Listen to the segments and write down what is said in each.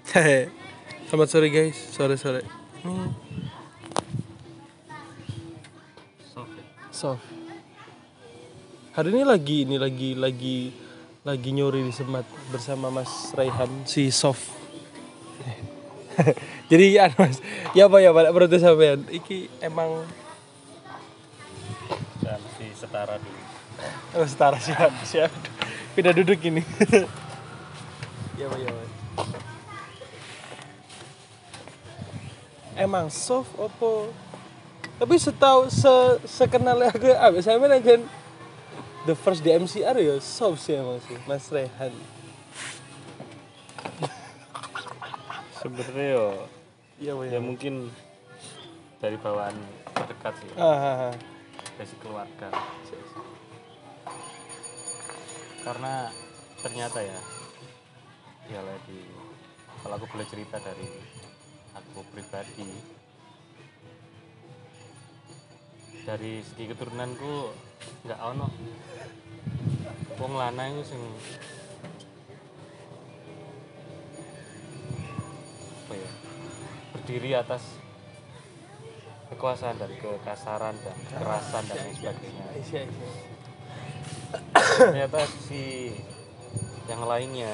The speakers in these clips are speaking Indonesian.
Hehe. Selamat sore guys, sore-sore. Soft. Hari ini lagi nyuri di Semat bersama Mas Raihan si Soft. Jadi Mas, ya Pak protes sampean. Iki emang mesti setara dulu. setara siap. Pindah duduk ini. Ya Pak. Emang soft opo? Tapi sekenal aku abis saya aja the first di MCR ya soft sih emang sih Mas Rehan. Sebenarnya ya mungkin dari bawaan terdekat sih. Dari keluarga. Karena ternyata ya kalau aku boleh cerita dari aku pribadi, dari segi keturunanku nggak ono wong lanang itu sing berdiri atas kekuasaan dan kekasaran dan kekerasan dan lain sebagainya. Ternyata si yang lainnya,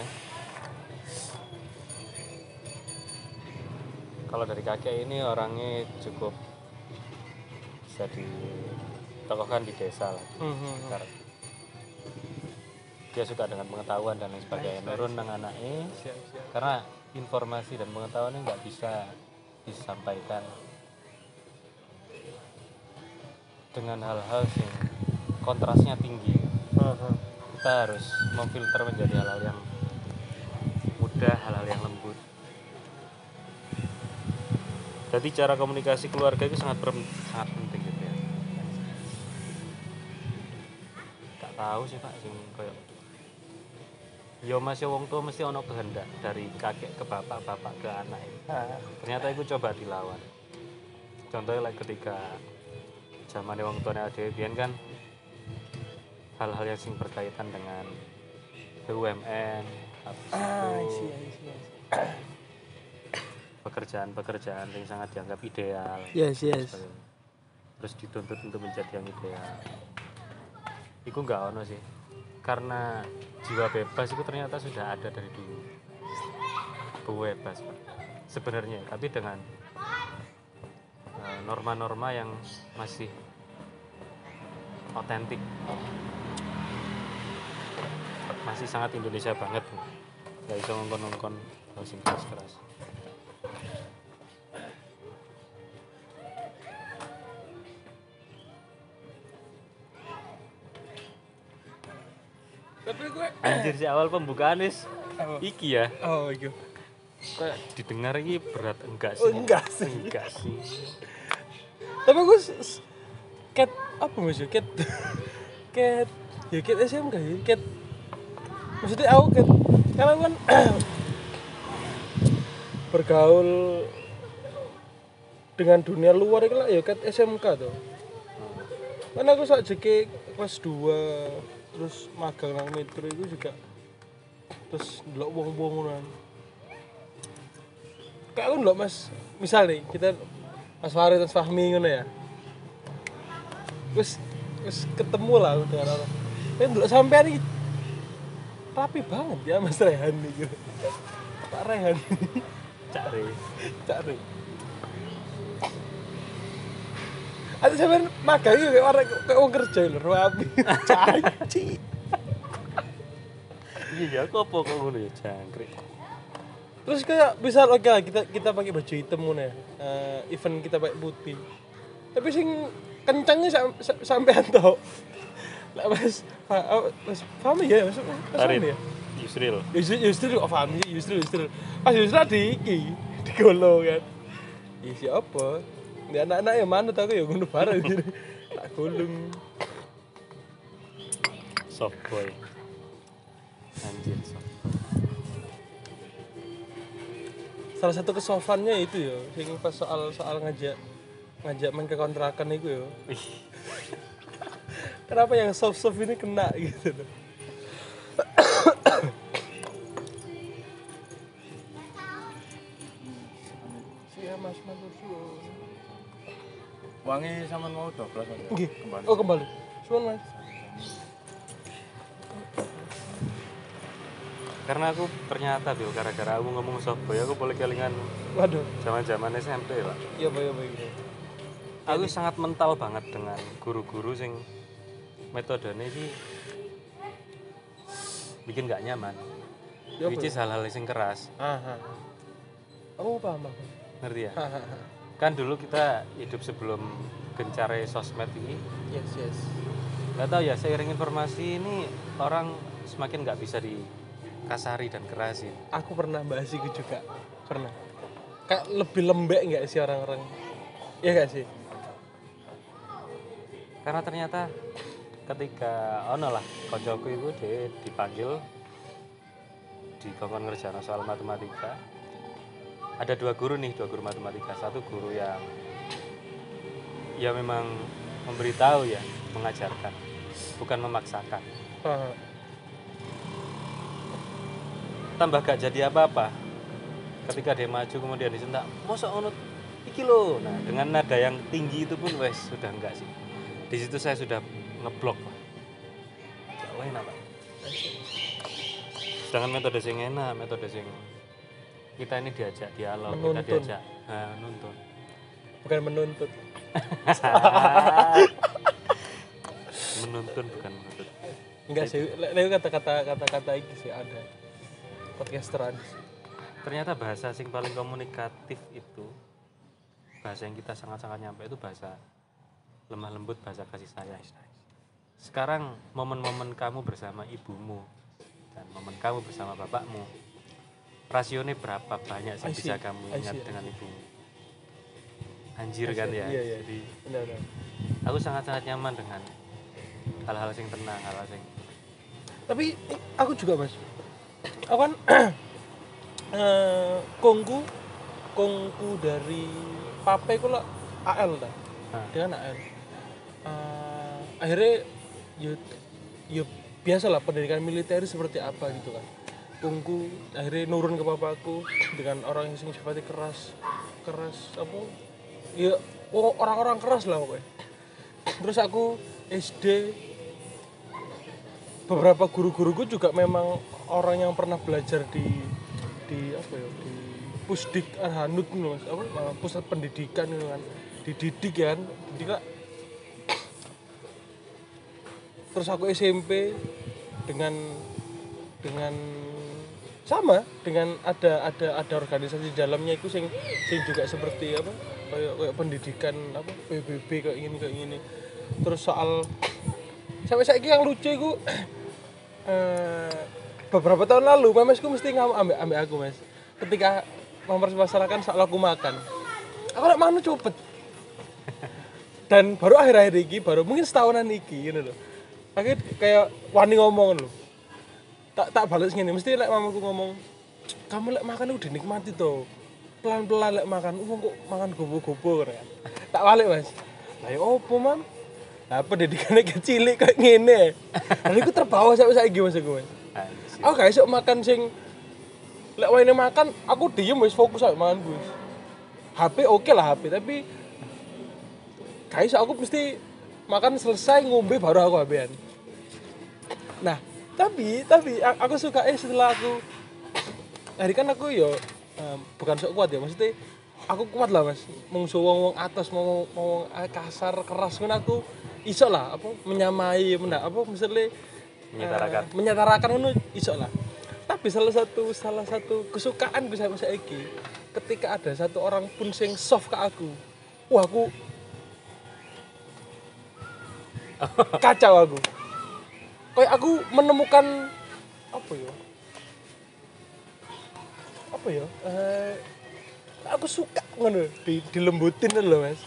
kalau dari kakek ini orangnya cukup bisa ditokohkan di desa lah. Dia suka dengan pengetahuan dan lain sebagainya. Nurun nang anaknya karena informasi dan pengetahuannya nggak bisa disampaikan dengan hal-hal yang kontrasnya tinggi. Kita harus memfilter menjadi hal-hal yang mudah, hal-hal yang lembut. Jadi cara komunikasi keluarga itu sangat penting gitu ya. Gak tahu sih Pak, sing koyo yo masih wong tua mesti ono kehendak dari kakek ke bapak, bapak ke anak. Ternyata itu coba dilawan. Contohnya ketika zaman wong tuane dhewe biyen kan hal-hal yang sing berkaitan dengan BUMN, pekerjaan yang sangat dianggap ideal. Yes. Terus dituntut untuk menjadi yang ideal. Iku nggak ono sih. Karena jiwa bebas itu ternyata sudah ada dari dulu. Bebas Pak. Sebenarnya, tapi dengan norma-norma yang masih otentik. Masih sangat Indonesia banget. Nggak bisa ngongkon-ngongkon sing keras. Tapi gue anjir si awal pembukaan iki ya. Oh iya. Kayak didengar ini berat enggak sih? Oh, enggak sih. Tapi gue cat apa maksudnya? Cat ya cat SMK ya. Cat maksudnya aku cat karena kan bergaul dengan dunia luar itu lah ya cat SMK tuh. Karena aku saat JK kelas 2 terus magang nang metro itu juga terus ndelok wong-wongan. Kayak aku ndelok Mas, misal nih kita Mas Farid dan Fahmi ngono ya. Terus ketemu lah aku dengan orang. Tapi ndelok sampean iki rapi banget ya Mas Rehan iki. Pak Rehan. Cak Re. Ada sampean magang iki kayak orang kayak wong kerja lho, rapi. Caci. Iya, kok apa kok ngono ya jangkrik. Terus kayak bisa oke lah kita pakai baju hitam ngono ya. Event kita pakai putih. Tapi sing kencangnya sampean to. Lah Mas Fahmi ya, Mas Fahmi ya. Yusril kok Fahmi, Yusril. Pas Yusril di golo kan. Ya siapa? Ini anak-anak yang mana tau aku ya ngono bareng jadi tak gulung. Soft boy. Anjir soft. Salah satu kesofannya itu ya, sing pas soal ngajak main ke kontrakan itu ya. Kenapa yang soft ini kena gitu loh. Mas, matur suwun. Wangi sampean mau doblas Mas. Nggih. Kembali. Oh, kembali. Suwun, Mas. Karena aku ternyata Bil, gara-gara aku ngomong softboy aku boleh kelingan Waduh. zaman-zaman SMP Pak. Iya, Pak, gitu. Aku sangat mental banget dengan guru-guru sing metodenya ini bikin gak nyaman. Ya, Which is hal-hal sing keras. Oh, paham. Ngerti ya? Kan dulu kita hidup sebelum gencare sosmed ini. Yes. Gak tahu ya, seiring informasi ini orang semakin gak bisa dikasari dan kerasin. Aku pernah bahas itu juga. Pernah. Kayak lebih lembek nggak sih orang-orang? Iya nggak sih? Karena ternyata ketika ono lah koncoku itu dia dipanggil dikongkon ngerjain soal matematika. Ada dua guru matematika. Satu guru yang ya memang memberitahu ya, mengajarkan, bukan memaksakan. Tambah gak jadi apa-apa. Ketika dia maju kemudian disentak, mosok ono iki lho. Nah, dengan nada yang tinggi itu pun wes sudah enggak sih. Di situ saya sudah ngeblok Pak. Gak enak Pak. Sedangkan metode sing enak, metode sing kita ini diajak dialog, kita diajak nuntun. Bukan menuntut. Menuntun bukan menuntut. Enggak sih, lewat kata-kata iki sih ada. Podcasteran. Ternyata bahasa sing paling komunikatif itu bahasa yang kita sangat-sangat nyampe itu bahasa lemah lembut, bahasa kasih sayang. Sekarang momen-momen kamu bersama ibumu dan momen kamu bersama bapakmu, rasionya berapa banyak sih bisa kamu ingat dengan ibumu? Anjir kan ya. Iya. Jadi Benar. aku sangat-sangat nyaman dengan hal-hal yang tenang, hal-hal yang. Tapi aku juga Mas. Aku kan kongku dari pape ku lah AL dah. Dia kan AL. Akhirnya ya biasalah pendidikan militer seperti apa gitu kan. Kongku akhirnya nurun ke papaku dengan orang yang sifatnya keras apa? Ya orang-orang keras lah pokoknya. Terus aku SD beberapa guru-guruku juga memang orang yang pernah belajar di apa ya, di Pusdik Arhanud nih Mas, apa pusat pendidikan itu kan, dididik kan, dididik. Terus aku SMP dengan sama dengan ada organisasi di dalamnya itu sing juga seperti apa kayak pendidikan apa PBB kayak gini. Terus soal sampai saiki yang lucu itu beberapa tahun lalu mamesku mesti ngamuk ambek aku Mas ketika mempermasalahkan soal aku makan. Aku lek mangan cepet. Dan baru akhir-akhir ini baru mungkin setahunan iki gitu loh. Akhirnya kayak wani ngomong loh. Tak balas ngene mesti lek mamaku ngomong, "Kamu lek makan udah dinikmati toh. Pelan-pelan lek makan, kok makan gobo-gobo kan." Tak balik Mas. Lah ya opo, Man? Lah pendidikannya kecil kayak ngene. Lah iku terbawa sampai saiki Mas aku. Aku gak iso makan sing lek wayne makan aku diem wis fokus ae mangan gue. HP oke lah HP tapi gak iso aku mesti makan selesai ngombe baru aku HP-an. Nah, tapi aku suka setelah aku hari kan aku yo bukan sok kuat ya maksudnya aku kuat lah Mas mungsu wong atas mau kasar keras kan aku iso lah apa menyamai apa misalnya menyetarakan ngono iso lah. Tapi salah satu kesukaan gue sampai saiki ketika ada satu orang pun sing soft ke aku. Wah, aku kacau aku. Kayak aku menemukan apa ya? Aku suka ngono dilembutin loh, Mas.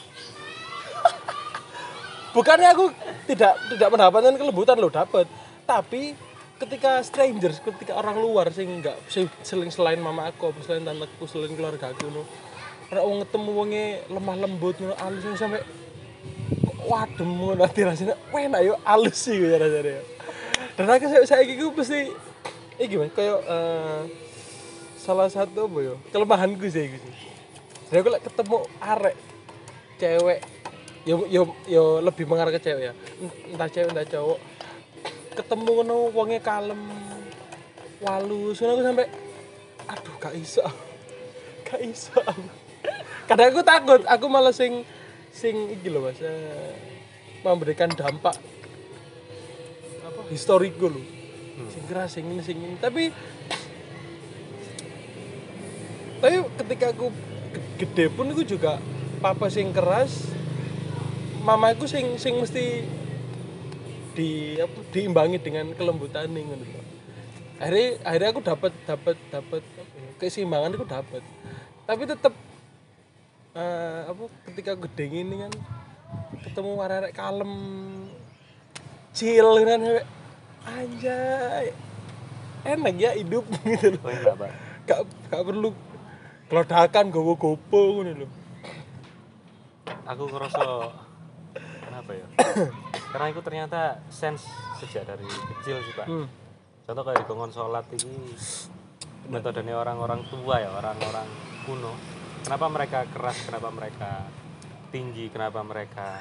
Bukannya aku tidak mendapatkan kelembutan loh, dapat. Tapi ketika strangers, ketika orang luar sing enggak selain mama aku, selain tanteku, selain keluarga aku ngono. Ora wong ketemu wonge lemah lembut ngono, alus sampai wadem ngono ati rasane. Enak yo alus sih rasane. Dan aku saiki ku mesti iki Mas, kayak salah satu apa ya? Kelemahanku sih iku sih. Jadi aku lek ketemu arek cewek yo lebih mengarah ke cewek ya. Entah cewek entah cowok. Ketemu ngono wonge kalem, walus, ngono aku sampai aduh gak iso. Gak iso. Kadang aku takut, aku malah sing iki lho Mas, memberikan dampak apa historiku lho. Sing keras sing ini. Tapi ketika aku gede pun aku juga papa sing keras, mamaku sing mesti diimbangi dengan kelembutan nih ngono lho. Akhirnya aku dapat keseimbangan itu dapat. Tapi tetap ketika gede gini kan ketemu arek kalem chill kan anjay enak ya hidup gitu loh. Oh enggak, Pak. Gak perlu kelodakan gowo-gopo ngono lho. Aku ngerasa kenapa ya? Karena itu ternyata sense sejak dari kecil sih, Pak. Contoh kayak dikongkon sholat ini metodenya orang-orang tua ya, orang-orang kuno. Kenapa mereka keras, kenapa mereka tinggi, kenapa mereka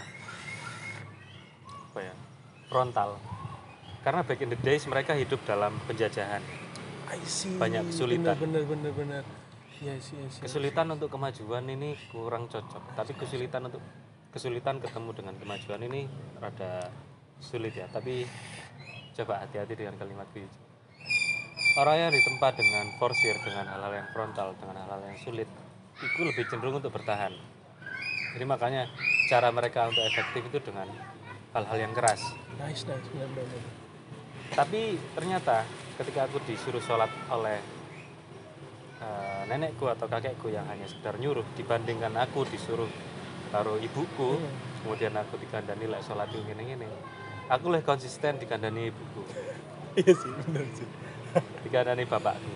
frontal? Karena back in the days mereka hidup dalam penjajahan. I see. Banyak kesulitan. Bener. Yes. Kesulitan untuk kemajuan ini kurang cocok, tapi kesulitan ketemu dengan kemajuan ini rada sulit ya. Tapi coba hati-hati dengan kalimat itu. Orang yang ditempa dengan forsir, dengan hal-hal yang frontal, dengan hal-hal yang sulit, itu lebih cenderung untuk bertahan. Jadi makanya cara mereka untuk efektif itu dengan hal-hal yang keras. Nice, benar. Tapi ternyata ketika aku disuruh sholat oleh nenekku atau kakekku yang hanya sekedar nyuruh, dibandingkan aku disuruh karo ibuku, kemudian aku dikandani lek sholat ini, aku lebih konsisten dikandani ibuku. Iya sih, benar sih. Dikandani bapakku.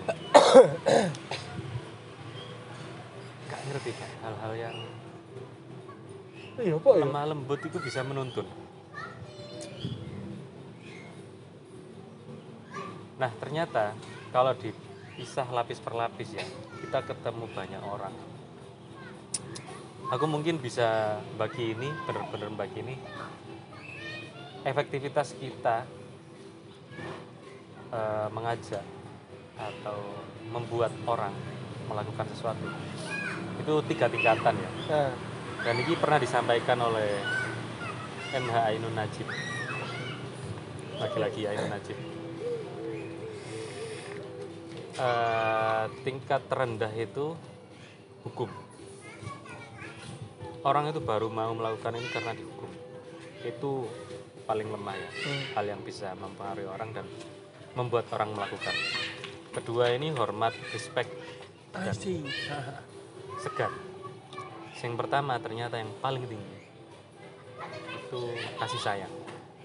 Gak ngerti kan hal-hal yang lemah lembut itu bisa menuntun. Nah ternyata kalau dipisah lapis per lapis ya, kita ketemu banyak orang. Aku mungkin bisa bagi ini, benar-benar bagi ini efektivitas kita mengajak atau membuat orang melakukan sesuatu itu 3 tingkatan ya. Dan ini pernah disampaikan oleh MH Ainun Najib, lagi-lagi Ainun Najib. Tingkat terendah itu hukum. Orang itu baru mau melakukan ini karena dihukum. Itu paling lemah ya, hal yang bisa mempengaruhi orang dan membuat orang melakukan. Kedua ini hormat, respect, dan segan. Yang pertama ternyata yang paling tinggi itu kasih sayang.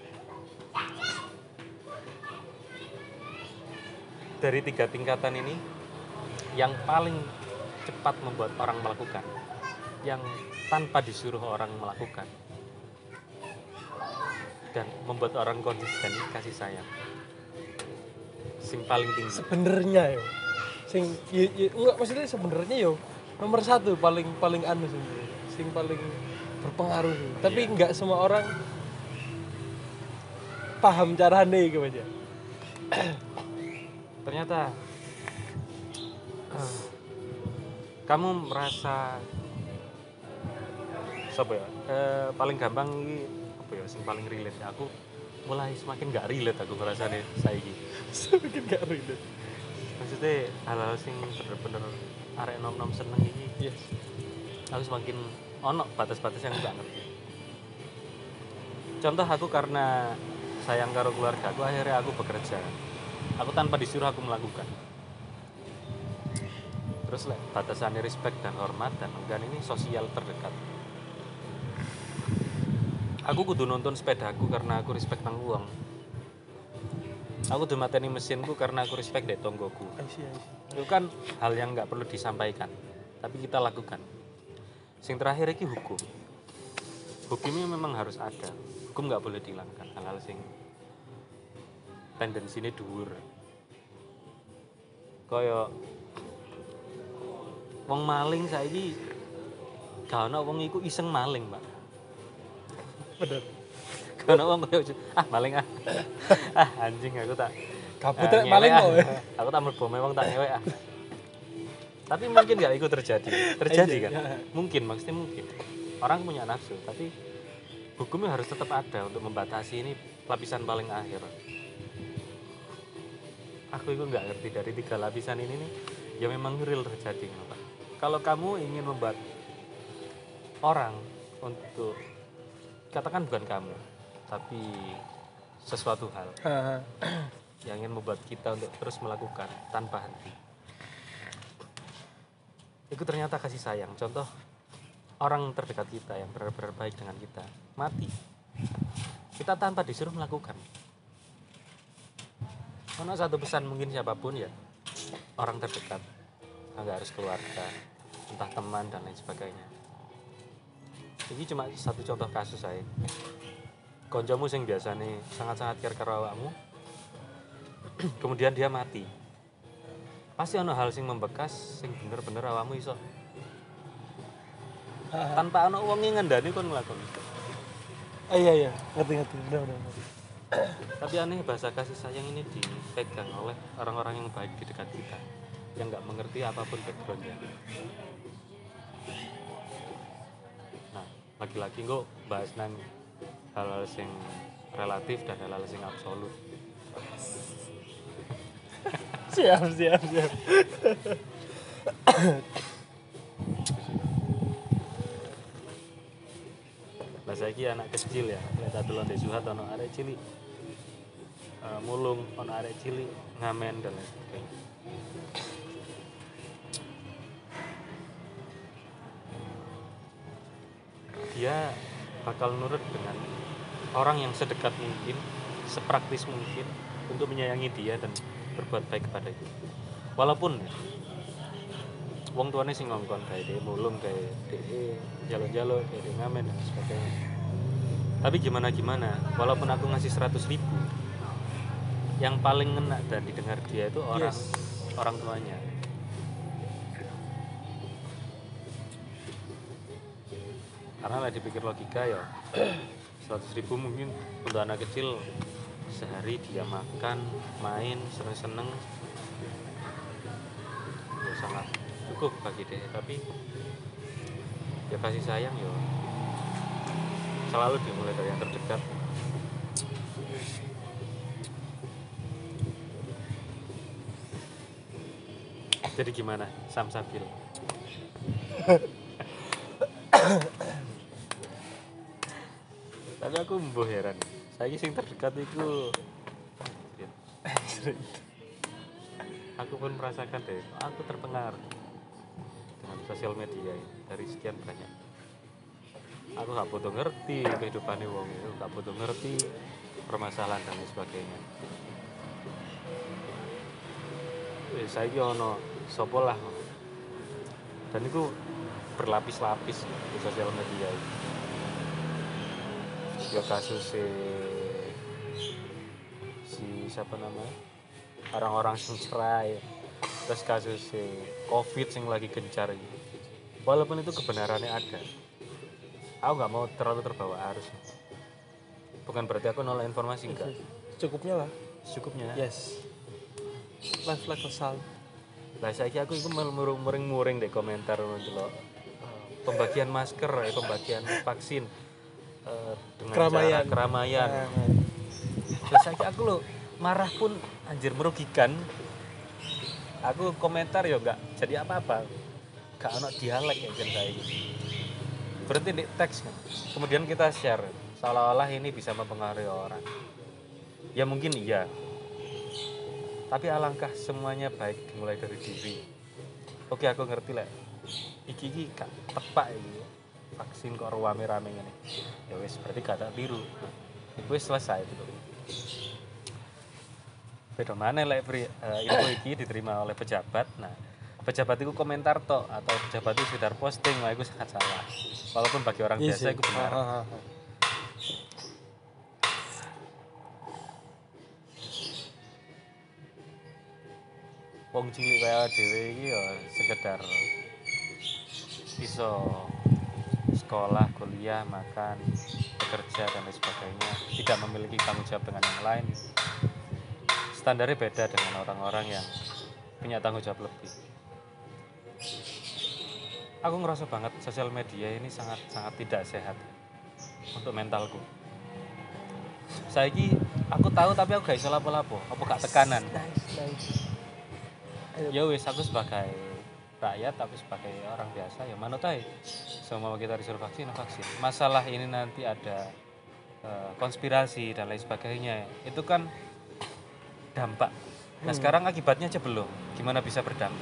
Dari 3 tingkatan ini yang paling cepat membuat orang melakukan, yang tanpa disuruh orang melakukan dan membuat orang konsisten, kasih sayang. Sing paling tinggi sebenarnya yo enggak maksudnya sebenarnya yo nomor 1 paling anu sing paling berpengaruh tapi enggak semua orang paham caranya gitu aja. Ternyata kamu merasa paling gampang ini apa ya sing paling relate. Aku mulai semakin gak relate aku ngerasane saiki. Semakin gak relate. Maksudnya hal-hal sing bener-bener arek nom-nom seneng iki. Yes. Aku semakin ono batas-batas yang gak ngerti. Contoh aku karena sayang karo keluarga aku, akhirnya aku bekerja. Aku tanpa disuruh aku melakukan. Terus batasannya respect dan hormat dan enggan ini sosial terdekat. Aku kudu nonton sepedaku karena aku respect nang uang. Aku kudu mateni mesinku karena aku respect dek tonggoku. Itu kan hal yang nggak perlu disampaikan, tapi kita lakukan. Sing terakhir iki hukum. Hukumnya memang harus ada. Hukum nggak boleh dihilangkan. Hal-hal sing tendensinya dhuwur. Kaya wong maling saiki gak ono wong iku iseng maling, Pak. Bener. Gak ono wong koyo maling ah. Anjing aku tak Kabut ngewek maling ah. kok. Aku tak mlebu wong tak ngewek ah. Tapi mungkin gak itu terjadi. Terjadi kan? Mungkin, maksudnya mungkin. Orang punya nafsu, tapi hukumnya harus tetap ada untuk membatasi ini lapisan paling akhir. Aku itu nggak ngerti dari 3 lapisan ini nih, ya memang real terjadi. Pak. Kalau kamu ingin membuat orang untuk, katakan bukan kamu, tapi sesuatu hal yang ingin membuat kita untuk terus melakukan tanpa henti, itu ternyata kasih sayang. Contoh, orang terdekat kita yang benar-benar baik dengan kita mati, kita tanpa disuruh melakukan. Ono satu pesan mungkin siapapun ya, orang terdekat, nggak harus keluarga, entah teman dan lain sebagainya. Ini cuma satu contoh kasus saya. Koncomu sing biasa nih sangat-sangat care karo awakmu, kemudian dia mati. Pasti ono hal sing membekas, sing bener-bener awakmu iso tanpa ono wong ngandani kon nglakoni. Iya, ngerti, benar. Tapi aneh bahasa kasih sayang ini dipegang oleh orang-orang yang baik di dekat kita, yang nggak mengerti apapun backgroundnya. Nah, lagi-lagi gue bahas nang hal-hal yang relatif dan hal-hal yang absolut. Siap. Lah saiki anak kecil ya, lihat delon ndek Suhat ono arek cilik mulung, ono arek cilik ngamen dan lain sebagainya. Dia bakal nurut dengan orang yang sedekat mungkin, sepraktis mungkin untuk menyayangi dia dan berbuat baik kepada dia. Walaupun wong tuane sing ngongkon kae dhewe mulung kae dhewe jalo-jalo kae dhewe ngamen dan sebagainya. Tapi gimana, walaupun aku ngasih 100.000, yang paling ngena dan didengar dia itu orang tuanya. Karena lah dipikir logika ya 100.000 mungkin untuk anak kecil sehari dia makan, main, seneng-seneng ya sangat cukup bagi dia. Tapi ya kasih sayang ya selalu dimulai dari yang terdekat. Jadi gimana Samsabil? Tapi aku mbuh heran. Saya sing terdekat itu aku pun merasakan deh, aku terpengaruh dengan sosial media dari sekian banyak. Aku gak butuh ngerti kehidupan wong itu, gak butuh ngerti permasalahan dan lain sebagainya. Saya ono sopo lah, dan itu berlapis-lapis di sosial media itu. Ya kasus si siapa namanya, orang-orang sing cerai, terus kasus COVID yang lagi gencar gitu. Walaupun itu kebenarannya ada, aku nggak mau terlalu terbawa arus. Bukan berarti aku nolak informasi, enggak. Cukupnya lah. Secukupnya. Yes. Life like a salt. Lah saiki aku iku muring-muring deh komentar ndelok pembagian masker, pembagian vaksin dengan Keramaian. cara keramaian. Terus saiki aku lo marah pun anjir merugikan. Aku komentar ya enggak jadi apa-apa. Gak ono dialek ya jen saiki. Berarti di teks kan. Kemudian kita share seolah-olah ini bisa mempengaruhi orang. Ya mungkin iya. Tapi alangkah semuanya baik dimulai dari diri. Oke, aku ngerti lah. Iki gak tepak iki. Vaksin kok rame-rame ngene. Ya wis berarti gak tak biru. Iku wis selesai itu. Beda mana lek info iki diterima oleh pejabat. Nah, pejabat itu komentar tok atau pejabat itu sekedar posting, wah itu sangat salah. Walaupun bagi orang biasa itu benar. Wong cilik kaya dhewe iki ya sekedar iso sekolah, kuliah, makan, bekerja dan lain sebagainya, tidak memiliki tanggung jawab dengan yang lain, standarnya beda dengan orang-orang yang punya tanggung jawab lebih. Aku ngerasa banget sosial media ini sangat tidak sehat untuk mentalku. Saiki aku tahu tapi aku gak iso lapo-lapo, apa gak tekanan. Nice. Ya wis, aku sebagai rakyat tapi sebagai orang biasa ya manut ae. Semua kita disuruh vaksin. Masalah ini nanti ada konspirasi dan lain sebagainya, itu kan dampak. Nah sekarang akibatnya aja belum, gimana bisa berdampak.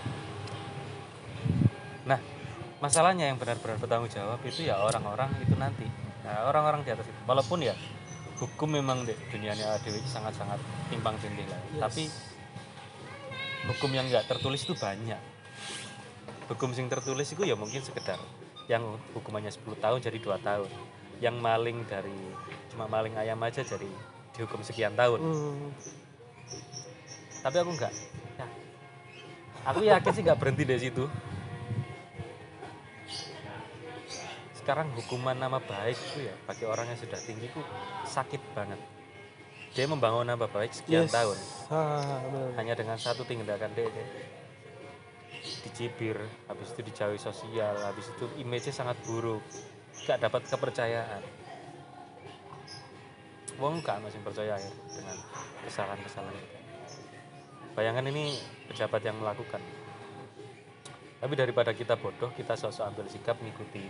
Nah masalahnya yang benar-benar bertanggung jawab itu ya orang-orang itu nanti. Nah orang-orang di atas itu, walaupun ya hukum memang di dunia ini sangat-sangat timpang tindih lah. Yes. Tapi hukum yang nggak tertulis itu banyak. Hukum yang tertulis itu ya mungkin sekedar yang hukumannya 10 tahun jadi 2 tahun. Yang maling cuma maling ayam aja jadi dihukum sekian tahun. Tapi aku enggak. Ya. Aku yakin sih nggak berhenti dari situ. Sekarang hukuman nama baik itu ya bagi orang yang sudah tinggi itu sakit banget. Dia membangun nama baik sekian tahun hanya dengan satu tindakan dia dicibir, habis itu dijauhi sosial, habis itu image-nya sangat buruk, gak dapat kepercayaan. Wong gak masih percaya ya dengan kesalahan-kesalahan itu. Bayangkan ini pejabat yang melakukan. Tapi daripada kita bodoh, kita sok-sok ambil sikap mengikuti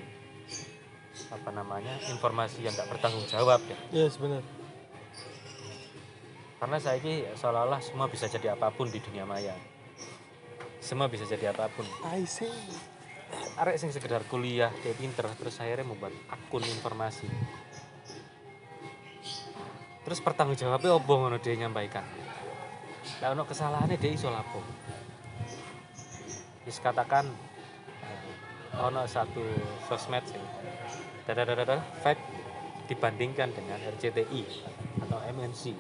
informasi yang gak bertanggung jawab ya. Yes, benar. Karena saya ini seolah-olah semua bisa jadi apapun di dunia maya. Semua bisa jadi apapun. I see. Arek sing sekedar kuliah, dia pinter, terus akhirnya membuat akun informasi. Terus pertanggung jawabnya opo ngono dia nyampaikan. Lah ono kesalahannya dia iso lapo. Wis katakan ono satu sosmed sing fact dibandingkan dengan RCTI atau MNC.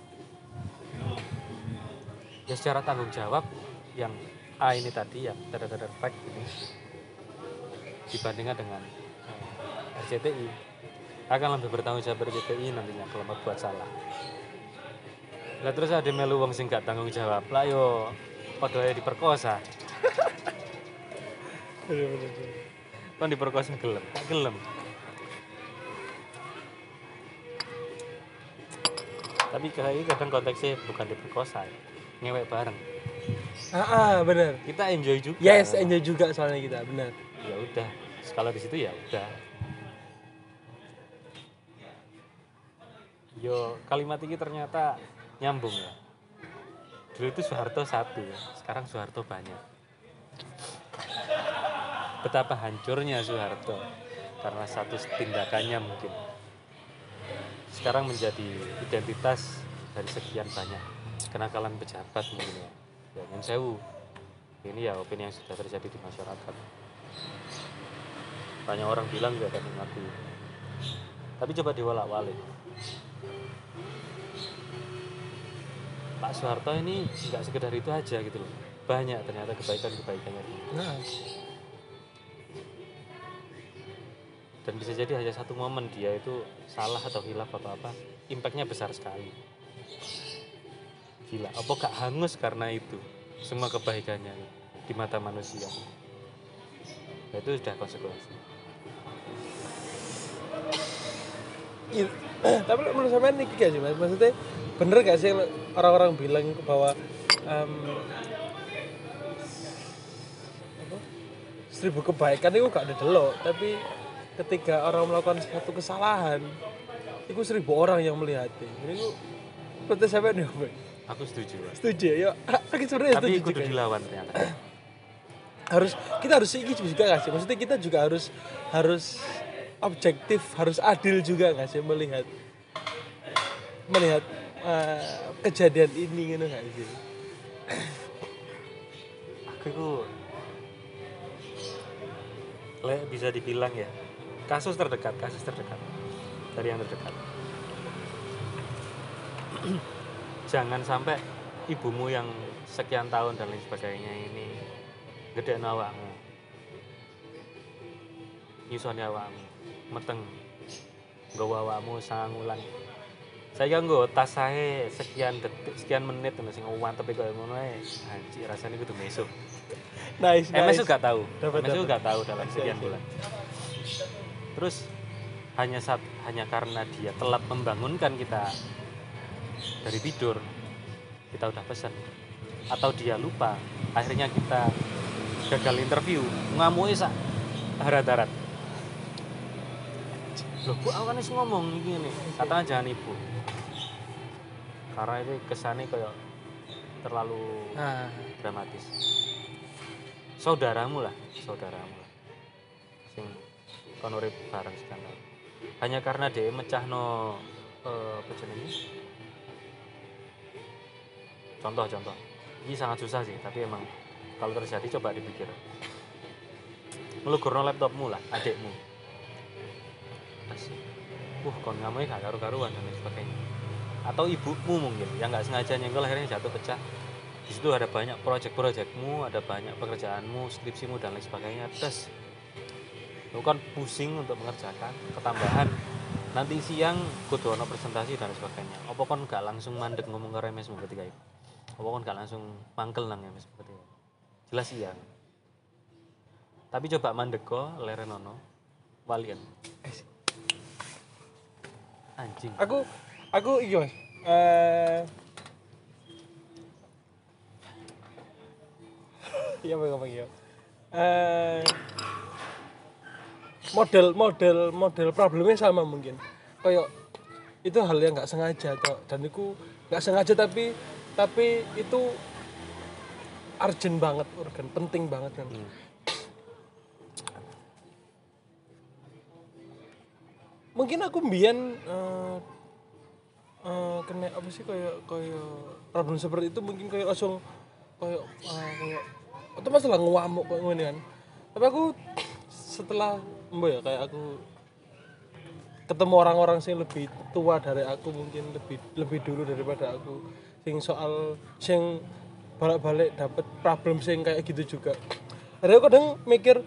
Ya secara tanggung jawab yang A ini tadi yang fact ini dibandingkan dengan RCTI akan lebih bertanggung jawab RCTI nantinya kalau berbuat salah. Lah terus ada melu wong sing gak tanggung jawab lah yo padha diperkosa. Kan diperkosa gelem, tak gelem. Tapi kadang konteksnya bukan diperkosa, ngewek bareng. Benar. Kita enjoy juga. Yes, enjoy juga soalnya kita, benar. Ya udah, kalau di situ ya udah. Yo kalimat ini ternyata nyambung ya. Dulu itu Soeharto satu ya, sekarang Soeharto banyak. Betapa hancurnya Soeharto karena satu tindakannya mungkin. Sekarang menjadi identitas dari sekian banyak kenakalan pejabat mungkin ya. Ya nyun sewu. Ini ya opini yang sudah terjadi di masyarakat. Banyak orang bilang gak ada mengakui. Tapi coba diwalak-walik. Pak Soeharto ini nggak sekedar itu aja gitu loh. Banyak ternyata kebaikan-kebaikannya. Nah. Dan bisa jadi hanya satu momen dia itu salah atau hilaf atau apa, impactnya besar sekali. Gila, apa gak hangus karena itu semua kebaikannya di mata manusia. Nah, itu sudah konsekuensi. Tapi menurut saya ini gak sih mas, maksudnya bener gak sih orang-orang bilang bahwa 1000 kebaikan itu gak ada delok, tapi ketika orang melakukan satu kesalahan itu 1000 orang yang melihatnya. Ini menurut saya ini apa? Aku setuju. Setuju ya. Sebenarnya tapi setuju kudu dilawan ternyata. Kita harus ini juga nggak sih? Maksudnya kita juga harus objektif, harus adil juga nggak sih melihat kejadian ini gitu nggak sih? Aku bisa dibilang ya kasus terdekat dari yang terdekat. Jangan sampai ibumu yang sekian tahun dan lain sebagainya ini gede awakmu. nyusoni awakmu meteng nggawa awakmu sangulan saya nggo tas sae sekian detik sekian menit ngono sing mantep koyo ngono ae anjir rasane kudu meso Nice. MS juga tahu Dapat. MS juga tahu dalam Oke, sekian oke. bulan terus hanya karena dia telat membangunkan kita dari tidur kita udah pesan atau dia lupa akhirnya kita gagal interview ngamuki sak darat loh bu aku kan wis ngomong iki ngene katanya jangan ibu karena itu kesannya kayak terlalu Nah, dramatis saudaramu lah sing kon urip bareng sekarang hanya karena dia mecahno apa jenenge contoh ini sangat susah sih tapi emang kalau terjadi coba dipikir melugurno laptopmu lah adikmu terus kon ngamuk gak karu-karuan dan lain sebagainya atau ibumu mungkin yang nggak sengaja nyenggol akhirnya jatuh pecah di situ ada banyak proyek-proyekmu ada banyak pekerjaanmu skripsimu dan lain sebagainya terus lu kan pusing untuk mengerjakan ketambahan nanti siang kudu ono presentasi dan lain sebagainya apa kon gak langsung mandek ngomong ke remesmu ketika itu apa kon gak langsung mangkel nang remes seperti itu jelas iya tapi coba mandek kok leren ono walian anjing aku iki Mas. Iya apa ya? Model problemnya sama mungkin. Kayak itu hal yang nggak sengaja toh. Dan itu nggak sengaja tapi itu urgent banget, penting banget kan. Mungkin aku mbiyen kena apa sih kayak problem seperti itu mungkin kayak langsung kayak itu masalah ngamuk kayak gini kan. Tapi aku setelah ya kayak aku ketemu orang-orang sing lebih tua dari aku mungkin lebih dulu daripada aku sing balik dapat problem sing kayak gitu juga. Jadi aku kadang mikir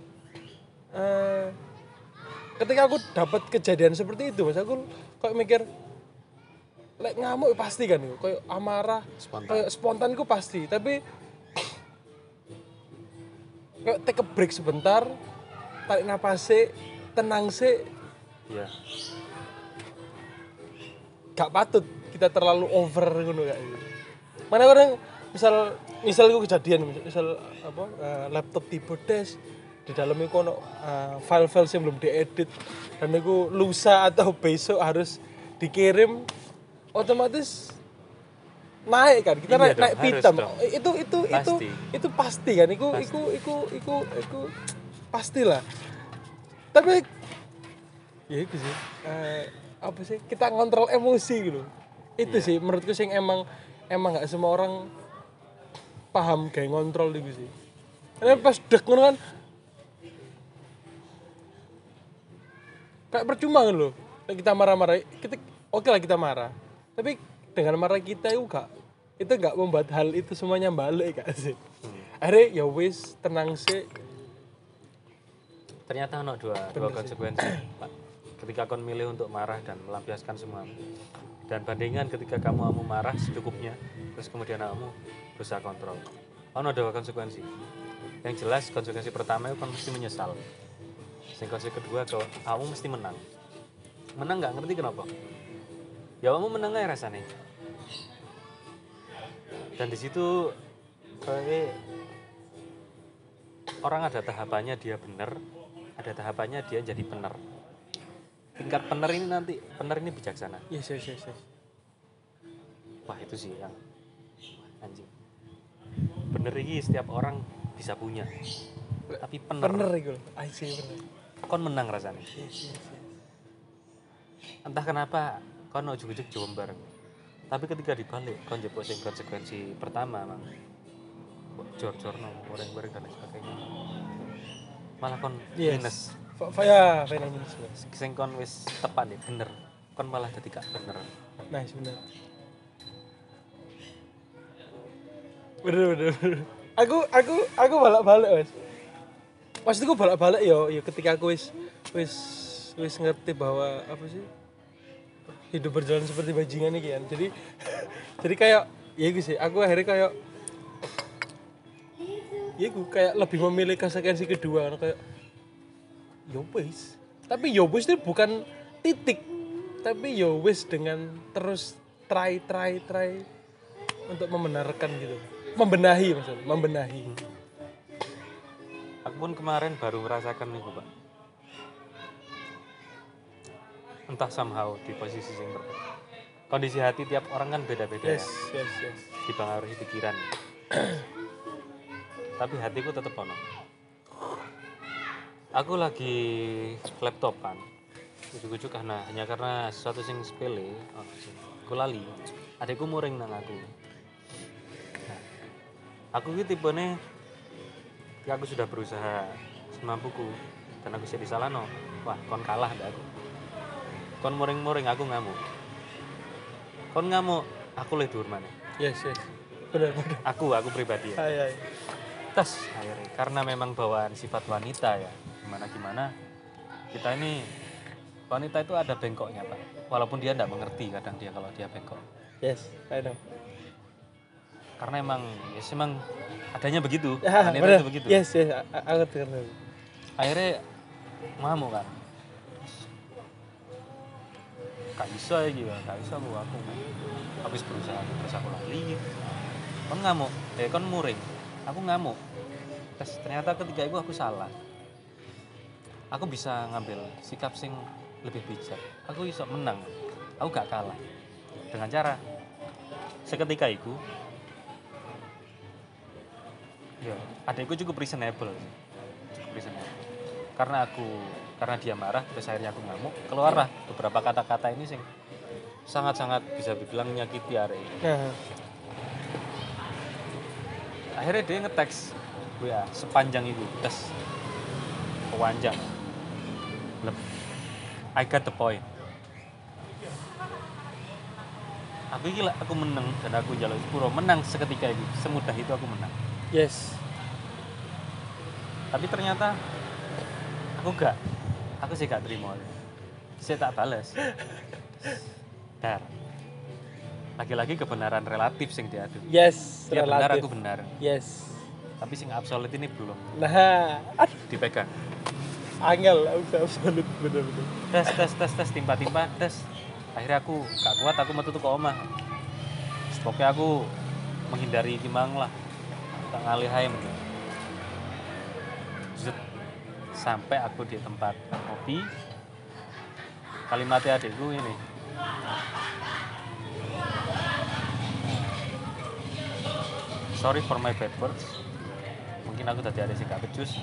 ketika aku dapat kejadian seperti itu Mas aku kayak mikir lek ngamuk pasti kan itu kayak amarah kayak spontan ku pasti tapi kayak take a break sebentar tarik napas tenang sih ya gak patut kita terlalu over ngono kayak gitu. Mana kadang misal itu kejadian misal apa laptop tipe des di dalamnya kono file-file yang belum diedit dan itu lusa atau besok harus dikirim otomatis naik kan kita Iya naik dong, pitam harus itu pasti kan itu pastilah tapi ya itu sih apa sih kita ngontrol emosi gitu itu sih menurutku sih emang nggak semua orang paham kayak ngontrol itu sih karena pas dek ngono kan kayak percuma kan loh kita marah-marah oke lah kita marah tapi dengan marah kita itu nggak membuat hal itu semuanya balik gak sih akhirnya ya wis tenang sih ternyata ada dua konsekuensi Pak ketika kon milih untuk marah dan melampiaskan semua dan bandingkan ketika kamu mau marah secukupnya terus kemudian kamu berusaha kontrol ada dua konsekuensi yang jelas konsekuensi pertama itu kan mesti menyesal konsekuensi kedua kamu mesti menang nggak ngerti kenapa ya kamu menang aja rasanya dan di situ kayak orang ada tahapannya dia benar ada tahapannya dia jadi benar tingkat benar ini bijaksana yes. wah itu sih yang anjing bener ini setiap orang bisa punya tapi bener itu bener kon menang rasanya entah kenapa kon ujuk-ujuk jawab bareng tapi ketika dibalik kon jebok sing konsekuensi pertama mang jor-jorno goreng-goreng dan sebagainya malah kon minus final minus sing kon wis tepat nih bener kon malah dadi gak bener nice bener aku balik-balik Mas maksudku balik-balik yo ketika aku wis wis ngerti bahwa apa sih hidup berjalan seperti bajingan nih kan. Jadi kayak ya gitu sih, aku akhirnya kayak ya gue kayak lebih memilih konsekuensi kedua kan, kayak yo wis. Tapi yo wis itu bukan titik, tapi yo wis dengan terus try untuk membenarkan gitu, membenahi maksudnya, membenahi. Aku pun kemarin baru merasakan nih Pak, entah somehow di posisi yang berbeda. Kondisi hati tiap orang kan beda-beda Yes. dipengaruhi pikiran. Tapi hatiku tetap ono. Aku lagi laptop kan, ujuk-ujuk hanya karena sesuatu yang sepele, aku lali. Adekku muring nang aku. Nah, aku ini tipenya, aku sudah berusaha semampuku dan aku bisa disalahno. Wah, kon kalah ndak aku. Kon muring-muring aku ngamuk. Kon ngamuk, aku lebih dhuwur maneh. Yes. Benar. Aku pribadi ya. Hai. Tas akhirnya karena memang bawaan sifat wanita ya. Gimana kita ini wanita itu ada bengkoknya Pak. Walaupun dia enggak mengerti kadang dia kalau dia bengkok. Yes, I know. Karena emang adanya begitu. Ya, Wanita bener. itu begitu. Yes, aku ngerti. Akhirnya ngamuk kan. Gak bisa ya gitu, gak bisa aku habis berusaha terus aku lali. Kon ngamuk, kon muring. Aku ngamuk. Terus ternyata ketika itu aku salah. Aku bisa ngambil sikap sing lebih bijak. Aku bisa menang. Aku gak kalah. Dengan cara seketika itu ya, adekku cukup reasonable. Karena dia marah, terus akhirnya aku ngamuk, keluarlah beberapa kata-kata ini sing sangat-sangat bisa dibilang menyakiti arek. Akhirnya dia nge-text WA sepanjang itu, tes panjang. I got the point. Aku menang dan aku jalur sepuro menang seketika itu, semudah itu aku menang. Yes. Tapi ternyata aku sih gak terima. Saya tak balas. Dar. Lagi-lagi kebenaran relatif sing diadu. Yes, dia relatif. Benar, aku benar. Yes. Tapi sing absolut ini belum. Nah, dipegang. Angel, absolut bener-bener. Tes timpa-timpa, tes. Akhirnya aku gak kuat, aku metu ke omah. Pokoknya aku menghindari Kimang lah. Tak ngalih ae mending. Sampai aku di tempat kopi. Kalimatnya adikku ini. Sorry for my bad words. Mungkin aku tadi ada sih gak becus.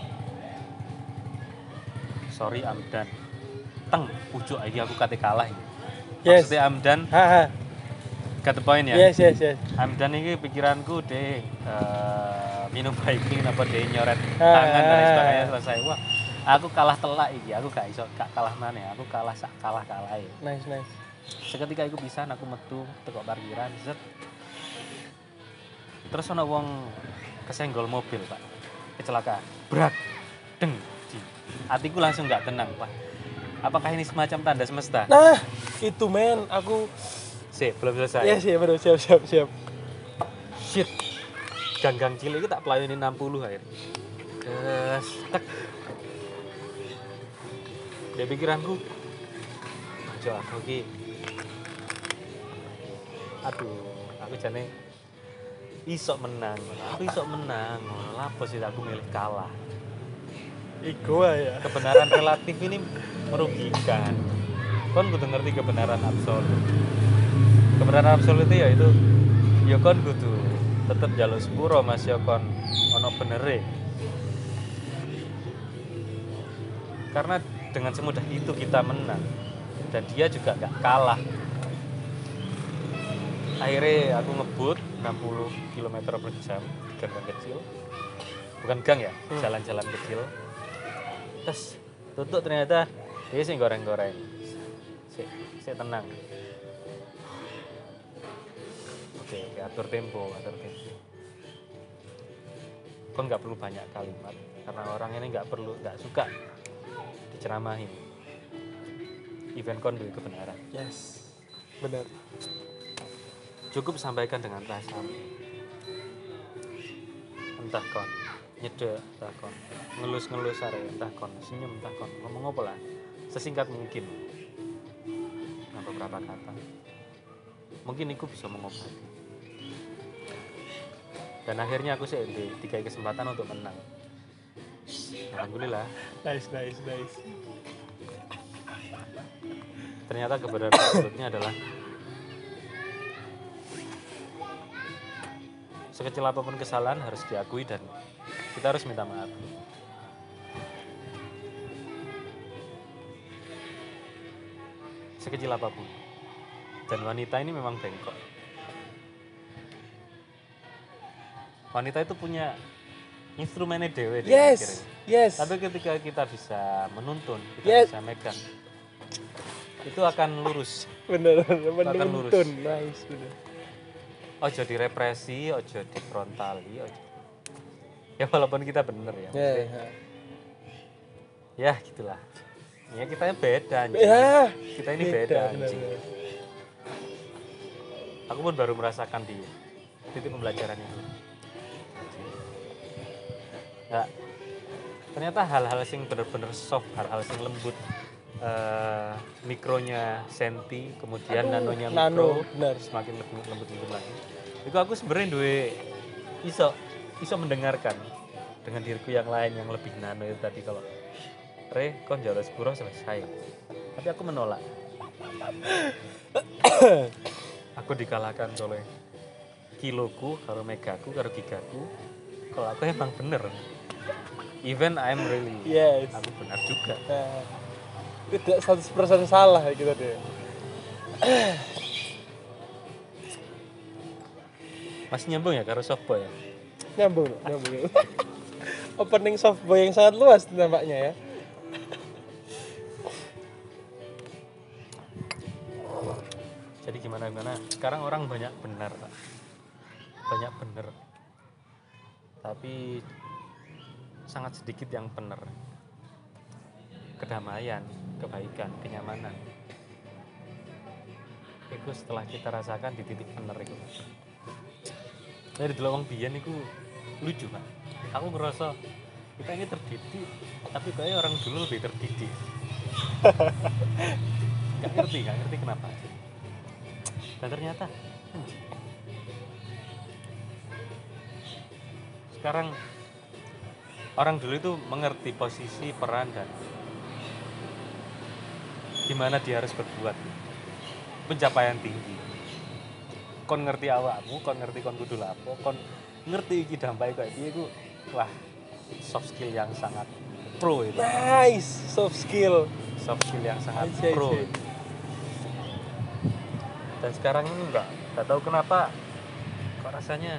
Sorry, I'm done. Teng, pucuk lagi aku kate kalah. Yes. Maksudnya I'm done. Got the point ya? Yes. I'm done ini pikiranku deh minum hiking apa deh nyoret tangan dan sebagainya selesai. Wah, aku kalah telak iki. Aku gak kalah mana? Aku kalah ya. Nice. Seketika aku pisan aku metu teko parkiran, zet. Terus ana wong kesenggol mobil, Pak. Kecelakaan. Brak. Deng. Hatiku langsung gak tenang, Pak. Apakah ini semacam tanda semesta? Nah, itu men, aku belum selesai. Yes, bener, siap. Shit. Ganggang cilik itu tak pelayani 60 akhirnya. Terus tek. Dia pikiranku. Aduh, aku jane iso menang. Lapo sih aku milih kalah. Ego ya. Kebenaran relatif ini merugikan. Kon kudu ngerti kebenaran absolut. Kebenaran absolut itu yaitu ya kon kudu tetep jaluk sepuro Mas ya kon ono benere. Karena dengan semudah itu kita menang dan dia juga gak kalah. Akhirnya aku ngebut 60 km per jam di gang kecil. Bukan gang ya, jalan-jalan kecil. Terus tutup ternyata dia sih goreng-goreng. Saya tenang. Oke, atur tempo. kon nggak perlu banyak kalimat karena orang ini nggak suka diceramahin. Even kon duwe kebenaran. Yes. Benar. Cukup sampaikan dengan rasa. Entah kon nyedek, entah kon ngelus-ngelus are, entah kon senyum, entah kon ngomong apa lah. Sesingkat mungkin. Nah, beberapa kata. Mungkin itu bisa mengobati. Dan akhirnya aku sih dikai kesempatan untuk menang. Alhamdulillah. Nice. Ternyata kebenaran berikutnya adalah sekecil apapun kesalahan harus diakui dan kita harus minta maaf. Sekecil apapun. Dan wanita ini memang bengkok. Wanita itu punya instrumennya dewe. Yes. Tapi ketika kita bisa menuntun, kita bisa megang, itu akan lurus. Bener. Akan lurus. Nice, bener. Ojo direpresi, ojo difrontali, ojo. Ya walaupun kita bener ya. Ya gitulah. Ya kita beda anjing. Ya, kita ini beda anjing. Bener. Aku pun baru merasakan di titik pembelajaran itu. Ya, ternyata hal-hal sing bener-bener soft, hal-hal sing lembut, mikronya senti, kemudian nanonya mikro, bener. semakin lembut lagi. Itu aku sebenarnya iso mendengarkan dengan diriku yang lain yang lebih nano itu tadi kalau kon jalo sepuro selesai. Tapi aku menolak. Aku dikalahkan oleh kiloku, karo megaku, karo gigaku. Kalau aku emang bener. Even I'm really. Yes. Aku benar juga. Tidak 100% salah gitu deh. Masih nyambung ya karo softboy ya? Nyambung. Opening softboy yang sangat luas nampaknya ya. Jadi gimana? Sekarang orang banyak benar, Pak. Banyak benar. Tapi sangat sedikit yang benar. Kedamaian, kebaikan, kenyamanan. Itu setelah kita rasakan di titik benar itu. Dari dulu wong biyen itu lucu, Pak. Aku ngerasa kita ini terdidik, tapi kayak orang dulu lebih terdidik. Gak ngerti kenapa. Dan ternyata sekarang orang dulu itu mengerti posisi, peran, dan gimana dia harus berbuat. Pencapaian tinggi. Kon ngerti awakmu, kon ngerti kon kudu lapo, kon ngerti iki dampak kayak piye iku. Wah, soft skill yang sangat pro itu. Nice, soft skill yang sangat pro. Dan sekarang ini enggak tahu kenapa kok rasanya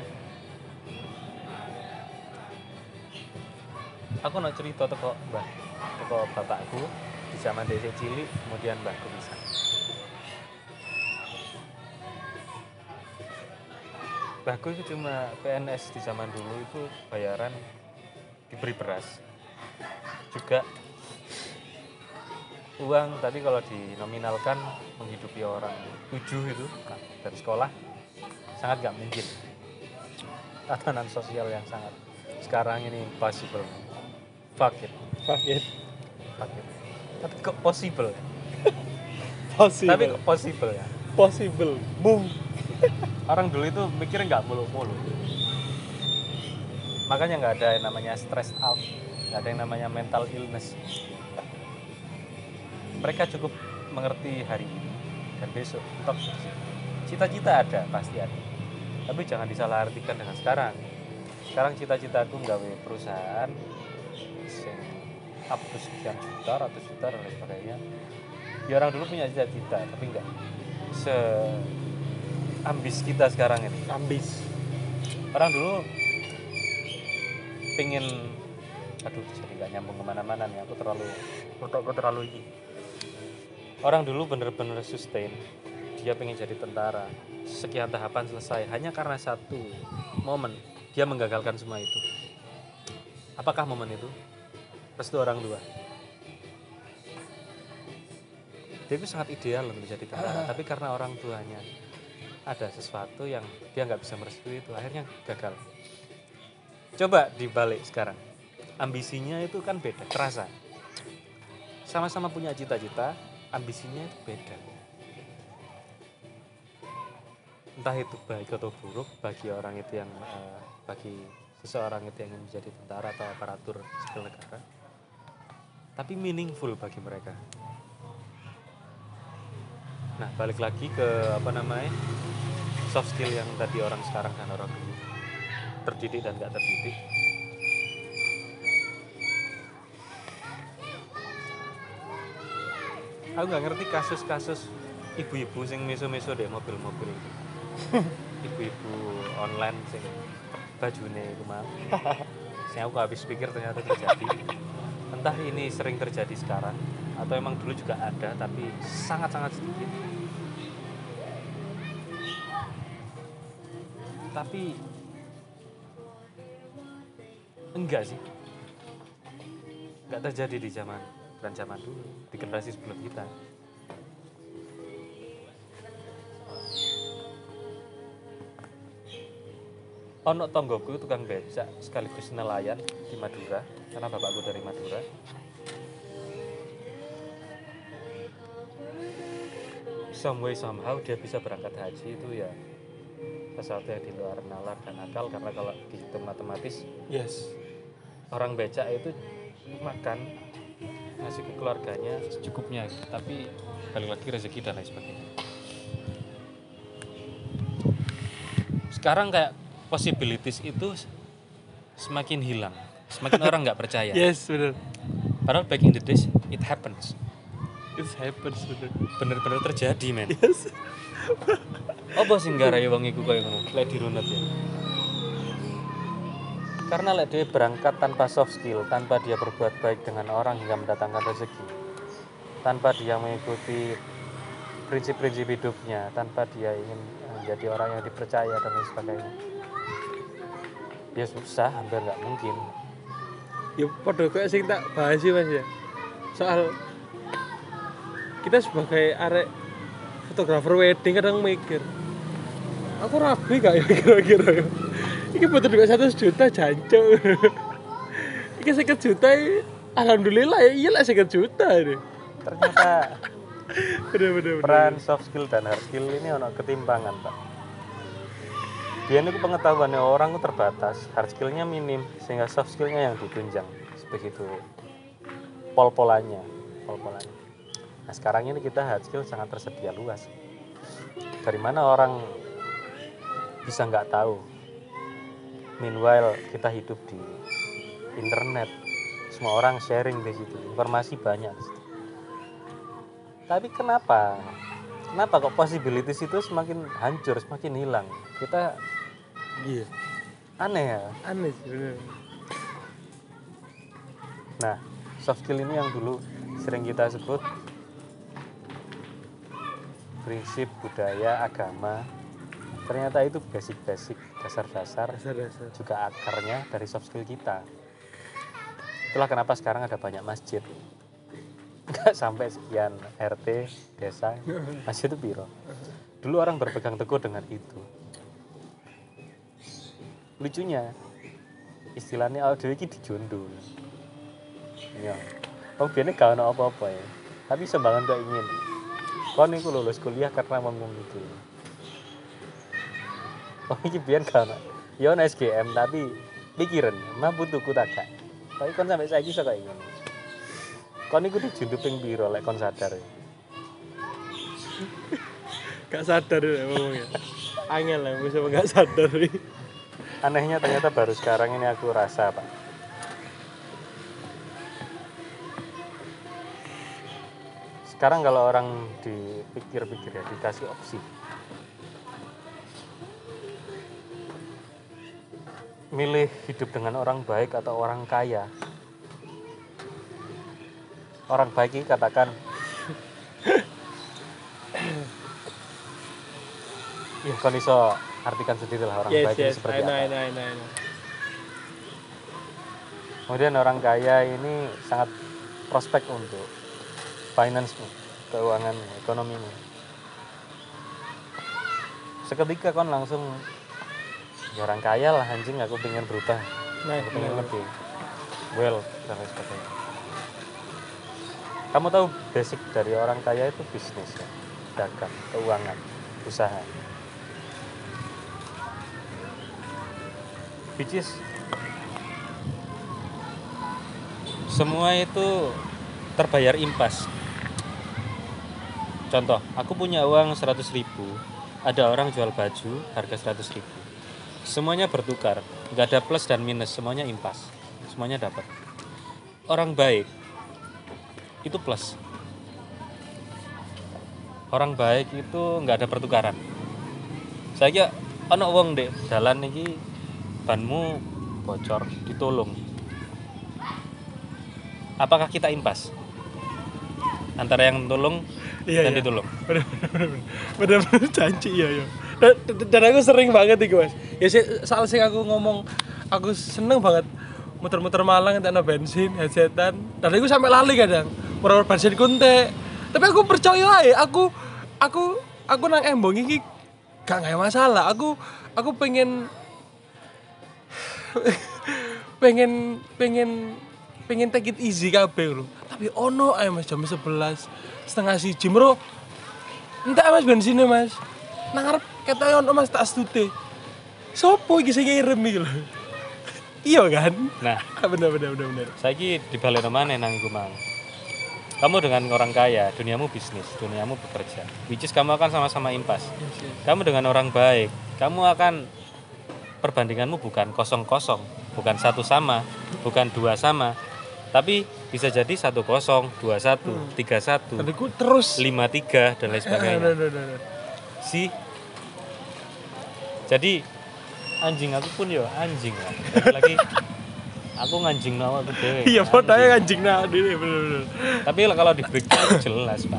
aku nak cerita teko bapakku di zaman desa cilik, kemudian mbahku bisa. Mbahku itu cuma PNS di zaman dulu itu bayaran diberi beras. Juga uang tadi kalau dinominalkan menghidupi orang 7 itu dari sekolah sangat gak mungkin. Tatanan sosial yang sangat sekarang ini possible. Fuck it. Tapi kok possible? Tapi kok possible ya? Possible. Boom. Orang dulu itu mikirnya nggak mulu-mulu. Makanya nggak ada yang namanya stress out, nggak ada yang namanya mental illness. Mereka cukup mengerti hari ini dan besok. Toh cita-cita ada, pasti ada. Tapi jangan disalahartikan dengan sekarang. Sekarang cita-citaku nggawe perusahaan sing up to sekian juta, ratus juta dan lain sebagainya. Ya orang dulu punya cita-cita, tapi enggak ambis kita sekarang ini. Ambis. Orang dulu pengen, jadi nggak nyambung kemana-mana nih. Aku terlalu ini. Orang dulu bener-bener sustain. Dia pengen jadi tentara. Sekian tahapan selesai hanya karena satu momen dia menggagalkan semua itu. Apakah momen itu restu orang tua? Dia itu sangat ideal untuk jadi tentara, tapi karena orang tuanya ada sesuatu yang dia nggak bisa merestui itu, akhirnya gagal. Coba dibalik sekarang, ambisinya itu kan beda, kerasa. Sama-sama punya cita-cita, ambisinya itu beda. Entah itu baik atau buruk bagi orang itu yang bagi seseorang itu yang ingin menjadi tentara atau aparatur sipil negara, tapi meaningful bagi mereka. Nah, balik lagi ke soft skill yang tadi orang sekarang dan orang dulu, terdidik dan gak terdidik. Aku gak ngerti kasus-kasus ibu-ibu sing meso-meso deh mobil-mobil itu. Ibu-ibu online sing bajune iku mah. Sing aku habis pikir ternyata terjadi. Entah ini sering terjadi sekarang atau emang dulu juga ada tapi sangat-sangat sedikit. Tapi enggak sih, enggak terjadi di zaman dulu, di generasi sebelum kita. Ono tonggoku tukang becak sekaligus nelayan di Madura, karena bapakku dari Madura. Some way somehow dia bisa berangkat haji, itu ya sesuatu yang di luar nalar dan akal, karena kalau dihitung matematis, Yes. orang becak itu makan ngasih ke keluarganya secukupnya, tapi balik lagi rezeki dan lain sebagainya. Sekarang kayak possibilities itu semakin hilang, semakin orang nggak percaya. Yes, benar. Padahal back in the days it happens. It happens, benar. Bener-bener terjadi, men. Yes. Apa sing garai wong iku koyo ngono? Lek dirunut ya. Karena lek dia berangkat tanpa soft skill, tanpa dia berbuat baik dengan orang hingga mendatangkan rezeki, tanpa dia mengikuti prinsip-prinsip hidupnya, tanpa dia ingin menjadi orang yang dipercaya dan lain sebagainya, dia susah, hampir nggak mungkin. Ya padha kayak sing tak bahas sih Mas ya. Soal kita sebagai arek fotografer wedding kadang mikir, aku rapi gak ya kira-kira ya? Ini butuh duit 100 juta jancuk. Ini 50 juta alhamdulillah ya, iya lah 50 juta ini. Ternyata Bener. peran soft skill dan hard skill ini ono ketimpangan, Pak. Biar itu pengetahuannya orang itu terbatas, hard skillnya minim, sehingga soft skillnya yang ditunjang. Begitu pol-polannya. Nah sekarang ini kita hard skill sangat tersedia luas. Dari mana orang bisa nggak tahu? Meanwhile kita hidup di internet, semua orang sharing di situ, informasi banyak di situ. Tapi kenapa kok possibilities itu semakin hancur, semakin hilang? Kita Iya. aneh ya. Aneh sih bener. Nah, soft skill ini yang dulu sering kita sebut prinsip, budaya, agama. Ternyata itu basic-basic, dasar-dasar, Dasar-dasar. juga akarnya dari soft skill kita. Itulah kenapa sekarang ada banyak masjid. Enggak sampai sekian RT, desa, masjid itu biro. Dulu orang berpegang teguh dengan itu. Lucunya, istilahnya awal dhewe iki dijondo. Ya. Wong biyen gak ono apa-apa ya. Tapi sembangan kok ingin. Kon niku lulus kuliah karena ngomong itu. Oh iki biyen gak ono. Ya ono SGM tapi pikiran, mampu tuku tak gak. Tapi kon sampai saiki iso kok ingin. Kon niku dijondo ping piro lek kon sadar. Gak sadar ya ngomongnya. Angel lah bisa gak sadar. Anehnya ternyata baru sekarang ini aku rasa, Pak. Sekarang kalau orang dipikir-pikir ya, dikasih opsi. Milih hidup dengan orang baik atau orang kaya. Orang baik ini katakan ya kon iso artikan sendiri lah orang baik ini seperti apa. I know. Kemudian orang kaya ini sangat prospek untuk finance-mu, keuanganmu, ekonomimu. Seketika kon langsung ya orang kaya lah anjing, aku pengen berubah, aku pengen lebih well dan lain sebagainya. Kamu tahu basic dari orang kaya itu bisnis ya, dagang, keuangan, usaha. Which is semua itu terbayar impas. Contoh, aku punya uang 100.000, ada orang jual baju harga 100.000. Semuanya bertukar, nggak ada plus dan minus, semuanya impas, semuanya dapat. Orang baik itu plus. Orang baik itu nggak ada pertukaran. Saya kira ono wong dek dalan iki banmu bocor ditolong. Apakah kita impas antara yang tolong dan ditolong? Bener-bener janji ya. Dan aku sering banget iku Mas. Ya soal sing aku ngomong, aku seneng banget muter-muter Malang entek bensin, headsetan. Dan aku sampai lali kadang. Muter bensin kunte. Tapi aku percaya ae, aku nang embong iki gak masalah. Aku pengen take it easy kabeh lho. Tapi ono ae Mas jam 11 setengah 1 bro. Entek Mas bensinnya Mas. Nang arep ketoke ono Mas tak astute. Sopo iki sing ngirim iki lho. Iya kan? Nah, bener. saiki dibalik mana nang iku mang. Kamu dengan orang kaya, duniamu bisnis, duniamu bekerja. Which is kamu akan sama-sama impas. Kamu dengan orang baik, kamu akan perbandinganmu bukan 0-0, bukan 1 sama, bukan 2 sama, tapi bisa jadi 1-0, 2-1, 3-1, terus 5-3 dan lain sebagainya. Si jadi anjing aku pun yo anjing lah. Lagi aku nganjing nawa aku dhewe. Iya, fotonya nganjing nawa dhewe bener. Tapi kalau di breakdown jelas, Pak.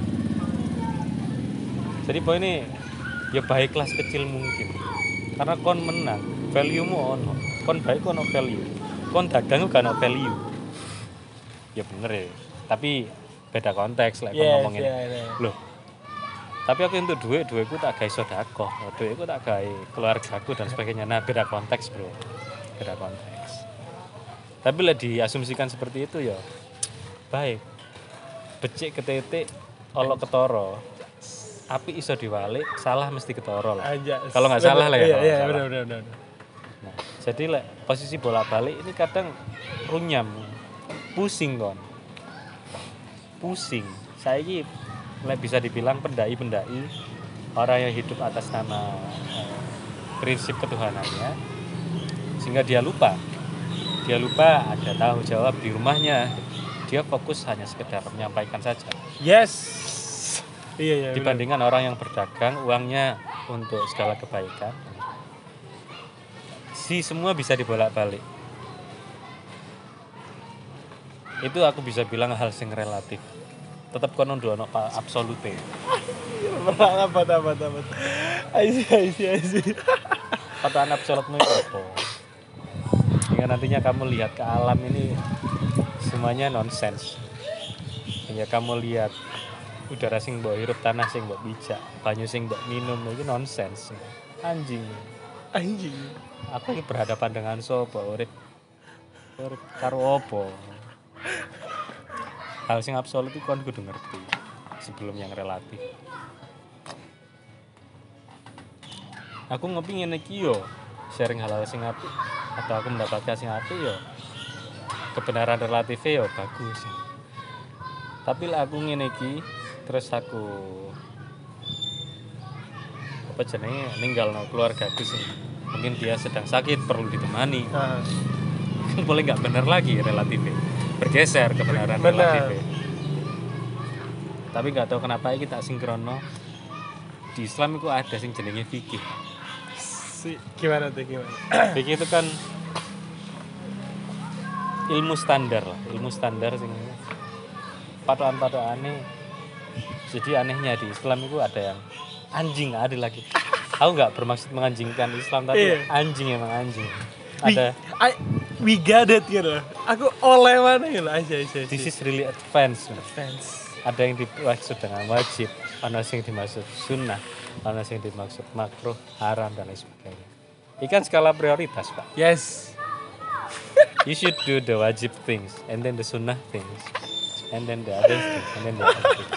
Jadi poin ini ya baiklah sekecil mungkin. Karena kon menang, value-mu ono. Kon baik ono value. Kon dagang kan ono value. Ya bener ya. Tapi beda konteks lah kon ngomongin. Loh. Tapi aku untuk duitku tak gawe sedekah, duitku tak gawe keluargaku dan sebagainya. Nah, beda konteks, Bro. Beda konteks. Tapi lah diasumsikan seperti itu ya. Baik. Becik ketetik, olok ketoro. Api iso diwalik, salah mesti ketoro lah. Kalau nggak salah lah ya. Iya, benar. Nah, jadi lah posisi bolak-balik ini kadang runyam, pusing kon. Pusing. Saiki bisa dibilang pendai-pendai orang yang hidup atas nama prinsip ketuhanannya, sehingga dia lupa ada tanggung jawab di rumahnya. Dia fokus hanya sekedar menyampaikan saja. Yes. Iya. Dibandingkan orang yang berdagang uangnya untuk segala kebaikan. Semua bisa dibolak-balik. Itu aku bisa bilang hal sing relatif. Tetap kono ndono absolute. Apa. I see. Kata absolutmu itu apa? Hingga nantinya kamu lihat ke alam ini semuanya nonsens. Hingga kamu lihat udara sing mbok hirup, tanah sing mbok bijak, banyu sing mbok minum itu nonsens. Anjing. Aku ini berhadapan dengan sapa? Urip karo apa? Hal sing absolut itu kon kudu ngerti sebelum yang relatif. Aku ngopi ngene iki yo sharing hal-hal sing apik atau aku mendapatkan sing apik yo kebenaran relatifnya yo bagus. Tapi lah aku ngene iki terus aku apa jenenge ninggalno keluargaku sing mungkin dia sedang sakit perlu ditemani. Kan boleh nggak benar lagi relatifnya. Bergeser kebenaran relatif. Tapi nggak tahu kenapa kita sinkrono di Islam itu ada sing jenenge fikih. Gimana tuh? Fikih itu kan ilmu standar sing patokan-patokane. Jadi anehnya di Islam itu ada yang anjing, ada lagi. Aku nggak bermaksud menganjingkan Islam tapi anjing emang anjing. Ada we got it gitu. Aku oleh mana gitu aja. This is really advanced. Fans. Ada yang dimaksud dengan wajib, ada yang dimaksud sunnah, ada yang dimaksud makruh, haram dan lain sebagainya. Ikan skala prioritas, Pak. Yes. You should do the wajib things, and then the sunnah things, and then the other things, and then the other things.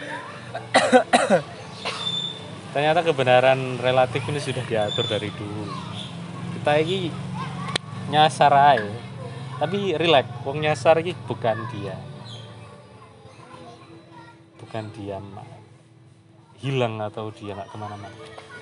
Ternyata kebenaran relatif ini sudah diatur dari dulu. Kita ini nyasar aja, tapi relax. Wong nyasar ini bukan dia hilang atau dia nggak kemana-mana.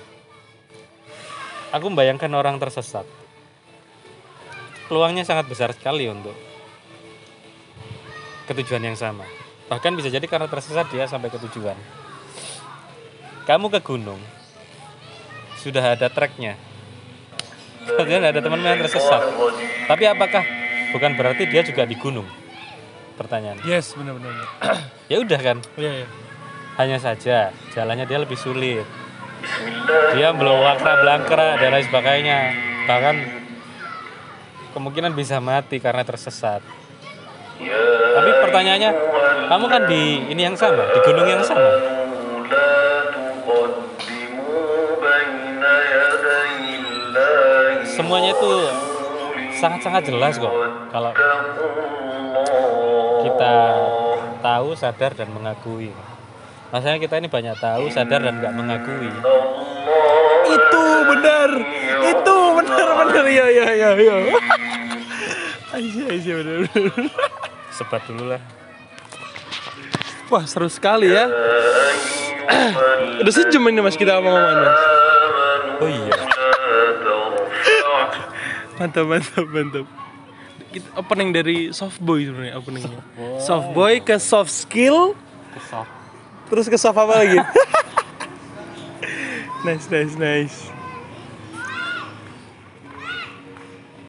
Aku membayangkan orang tersesat, peluangnya sangat besar sekali untuk ketujuan yang sama. Bahkan bisa jadi karena tersesat dia sampai ke tujuan. Kamu ke gunung, sudah ada treknya, kemudian ada teman yang tersesat. Tapi apakah bukan berarti dia juga di gunung? Pertanyaan. Yes, benar-benar. Ya udah kan. Iya. Hanya saja jalannya dia lebih sulit. Dia belum belangkra dan lain sebagainya. Bahkan kemungkinan bisa mati karena tersesat. Tapi pertanyaannya, kamu kan di ini yang sama, di gunung yang sama. Semuanya itu sangat-sangat jelas kok. Kalau kita tahu, sadar dan mengakui. Masalahnya kita ini banyak tahu, sadar dan nggak mengakui. Itu benar. Ya. Aisyah benar. Sebat dulu lah. Wah, seru sekali ya. Udah sejam ini Mas kita ngomong-ngomongan, Mas. Oh iya. Mantap. Kita opening dari Softboy sebenarnya openingnya. Softboy ke soft skill, Kesal. terus ke soft apa lagi? Nice.